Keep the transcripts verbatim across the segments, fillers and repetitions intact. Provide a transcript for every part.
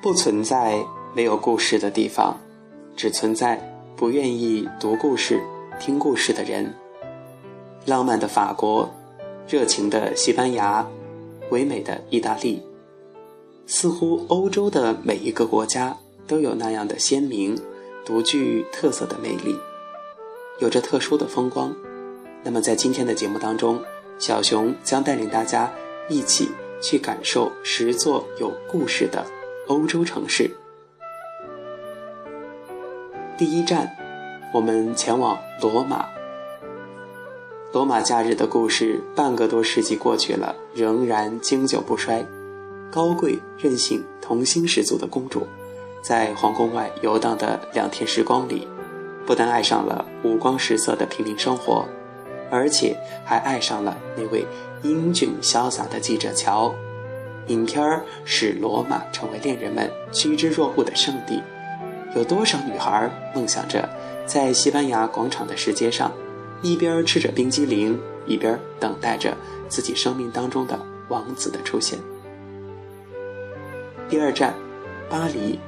不存在没有故事的地方，只存在不愿意读故事、听故事的人。浪漫的法国，热情的西班牙，唯美的意大利，似乎欧洲的每一个国家都有那样的鲜明、独具特色的魅力，有着特殊的风光。那么在今天的节目当中，小熊将带领大家一起去感受十座有故事的欧洲城市。第一站，我们前往罗马。罗马假日的故事半个多世纪过去了，仍然经久不衰。高贵、任性、童心十足的公主，在皇宫外游荡的两天时光里，不但爱上了五光十色的平民生活，而且还爱上了那位英俊潇洒的记者乔。影片使罗马成为恋人们趋之若鹜的圣地。有多少女孩梦想着在西班牙广场的石阶上，一边吃着冰激凌，一边等待着自己生命当中的王子的出现。第二站，巴黎。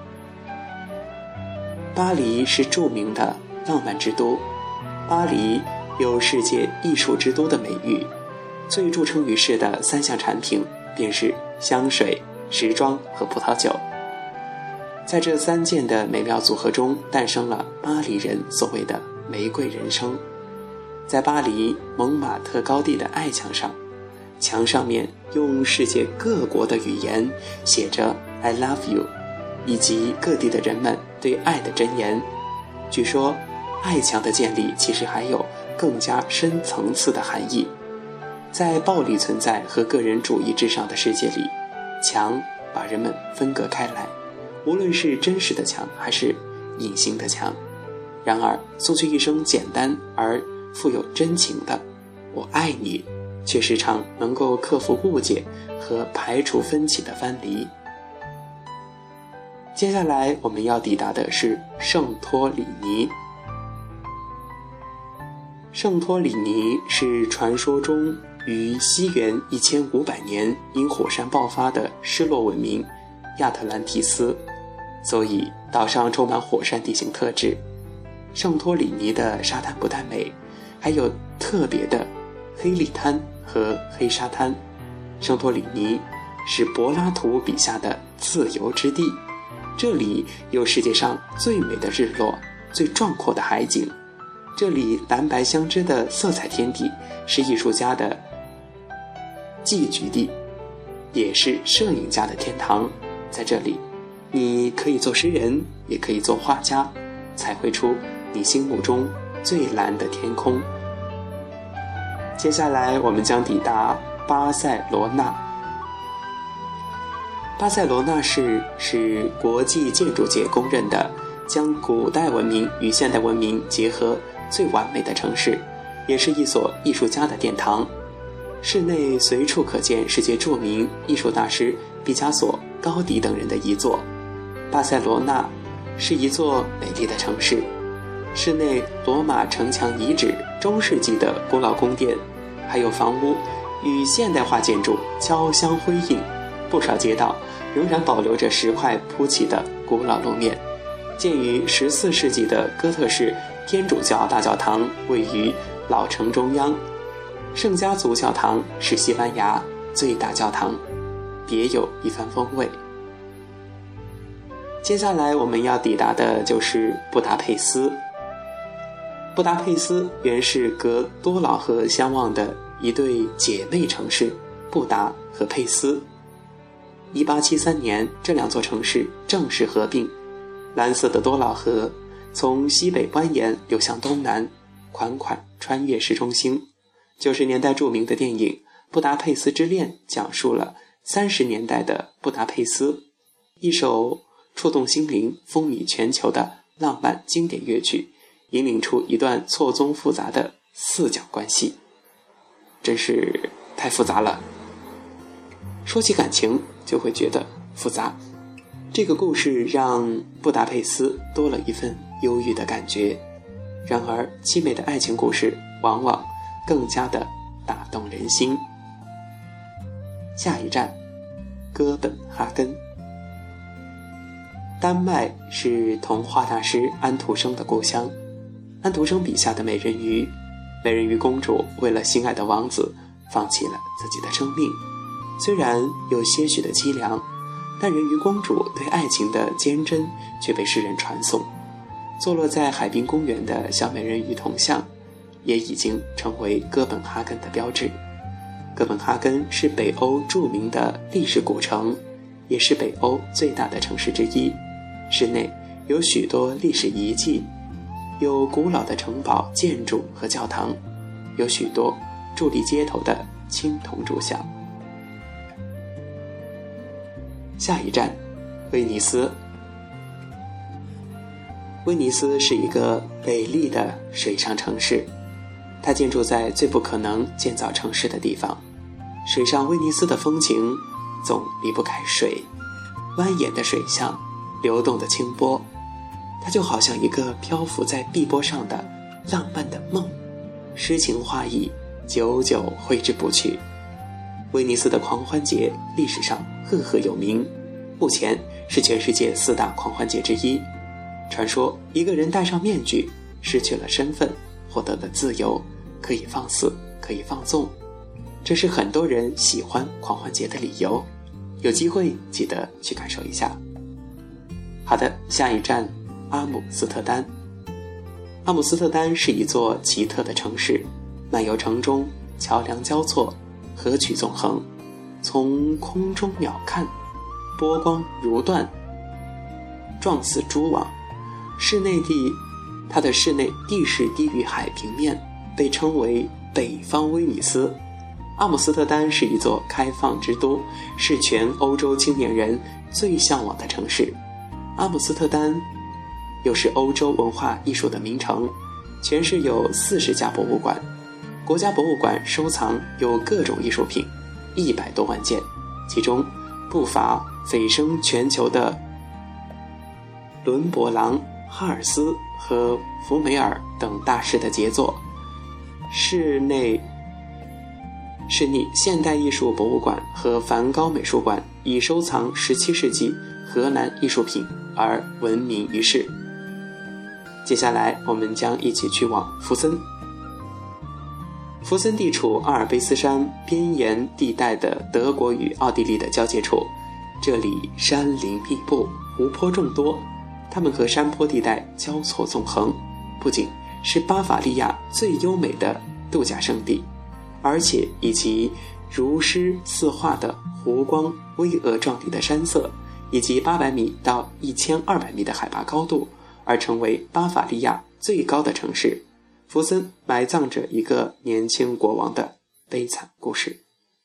巴黎是著名的浪漫之都，巴黎有世界艺术之都的美誉，最著称于世的三项产品便是香水、时装和葡萄酒。在这三件的美妙组合中，诞生了巴黎人所谓的玫瑰人生。在巴黎蒙马特高地的爱墙上，墙上面用世界各国的语言写着 I love you， 以及各地的人们对爱的箴言。据说爱墙的建立其实还有更加深层次的含义。在暴力存在和个人主义至上的世界里，墙把人们分隔开来，无论是真实的墙还是隐形的墙。然而送去一声简单而富有真情的我爱你，却时常能够克服误解和排除分歧的藩篱。接下来我们要抵达的是圣托里尼。圣托里尼是传说中于西元一千五百年因火山爆发的失落文明亚特兰蒂斯，所以岛上充满火山地形特质。圣托里尼的沙滩不但美，还有特别的黑砾滩和黑沙滩。圣托里尼是柏拉图笔下的自由之地，这里有世界上最美的日落，最壮阔的海景。这里蓝白相织的色彩天地是艺术家的寄居地，也是摄影家的天堂。在这里，你可以做诗人，也可以做画家，彩绘出你心目中最蓝的天空。接下来我们将抵达巴塞罗那。巴塞罗那市是国际建筑界公认的将古代文明与现代文明结合最完美的城市，也是一所艺术家的殿堂。市内随处可见世界著名艺术大师毕加索、高迪等人的遗作。巴塞罗那是一座美丽的城市，市内罗马城墙遗址、中世纪的古老宫殿，还有房屋与现代化建筑交相辉映。不少街道仍然保留着石块铺起的古老路面。建于十四世纪的哥特式天主教大教堂位于老城中央。圣家族教堂是西班牙最大教堂，别有一番风味。接下来我们要抵达的就是布达佩斯。布达佩斯原是隔多瑙河相望的一对姐妹城市，布达和佩斯。一八七三年，这两座城市正式合并，蓝色的多瑙河从西北蜿蜒流向东南，款款穿越市中心。九十年代著名的电影《布达佩斯之恋》讲述了三十年代的布达佩斯，一首触动心灵、风靡全球的浪漫经典乐曲，引领出一段错综复杂的四角关系，真是太复杂了。说起感情就会觉得复杂，这个故事让布达佩斯多了一份忧郁的感觉。然而凄美的爱情故事往往更加的打动人心。下一站，哥本哈根。 丹麦是童话大师安徒生的故乡，安徒生笔下的美人鱼，美人鱼公主为了心爱的王子放弃了自己的生命，虽然有些许的凄凉，但人鱼公主对爱情的坚贞却被世人传颂。坐落在海滨公园的小美人鱼铜像也已经成为哥本哈根的标志。哥本哈根是北欧著名的历史古城，也是北欧最大的城市之一，市内有许多历史遗迹，有古老的城堡、建筑和教堂，有许多伫立街头的青铜铸像。下一站，威尼斯。威尼斯是一个美丽的水上城市，它建筑在最不可能建造城市的地方。水上威尼斯的风情总离不开水，蜿蜒的水巷，流动的清波，它就好像一个漂浮在碧波上的浪漫的梦，诗情画意，久久挥之不去。威尼斯的狂欢节历史上赫赫有名，目前是全世界四大狂欢节之一。传说一个人戴上面具，失去了身份，获得了自由，可以放肆，可以放纵，这是很多人喜欢狂欢节的理由。有机会记得去感受一下。好的，下一站，阿姆斯特丹。阿姆斯特丹是一座奇特的城市，漫游城中，桥梁交错，河曲纵横，从空中鸟瞰，波光如缎，状似蛛网。室内地，它的室内地势低于海平面，被称为北方威尼斯。阿姆斯特丹是一座开放之都，是全欧洲青年人最向往的城市。阿姆斯特丹又是欧洲文化艺术的名城，全市有四十家博物馆，国家博物馆收藏有各种艺术品一百多万件，其中不乏蜚声全球的伦勃朗、哈尔斯和福梅尔等大师的杰作。室内室内现代艺术博物馆和梵高美术馆以收藏十七世纪荷兰艺术品而闻名于世。接下来我们将一起去往福森。福森地处阿尔卑斯山边沿地带的德国与奥地利的交界处，这里山林密布，湖泊众多，它们和山坡地带交错纵横，不仅是巴伐利亚最优美的度假胜地，而且以其如诗似画的湖光、巍峨壮丽的山色，以及八百米到一千二百米的海拔高度，而成为巴伐利亚最高的城市。福森埋葬着一个年轻国王的悲惨故事。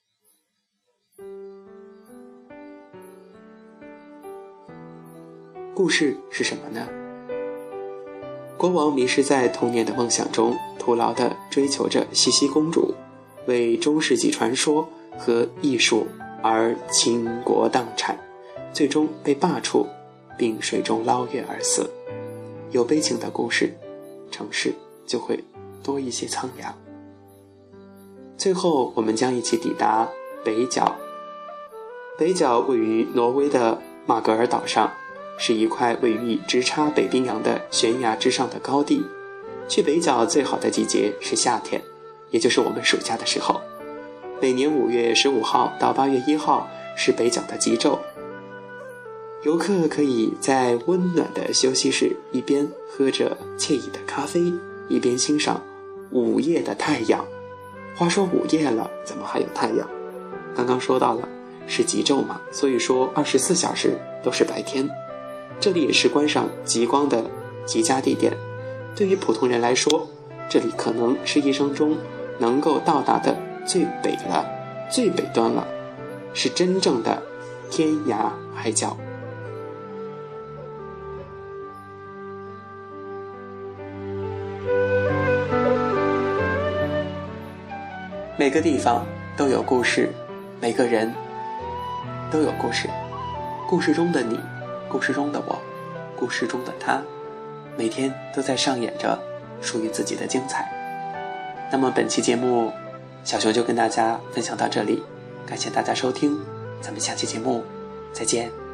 故事是什么呢？国王迷失在童年的梦想中，徒劳地追求着茜茜公主，为中世纪传说和艺术而倾国荡产，最终被罢黜并水中捞月而死。有悲情的故事，城市就会多一些苍凉。最后我们将一起抵达北角。北角位于挪威的马格尔岛上，是一块位于直插北冰洋的悬崖之上的高地。去北角最好的季节是夏天，也就是我们暑假的时候。每年五月十五号到八月一号是北角的极昼。游客可以在温暖的休息室一边喝着惬意的咖啡，一边欣赏午夜的太阳。话说午夜了，怎么还有太阳？刚刚说到了是极昼嘛，所以说二十四小时都是白天。这里也是观赏极光的极佳地点。对于普通人来说，这里可能是一生中能够到达的最北了，最北端了，是真正的天涯海角。每个地方都有故事，每个人都有故事。故事中的你，故事中的我，故事中的他，每天都在上演着属于自己的精彩。那么本期节目，小熊就跟大家分享到这里，感谢大家收听，咱们下期节目再见。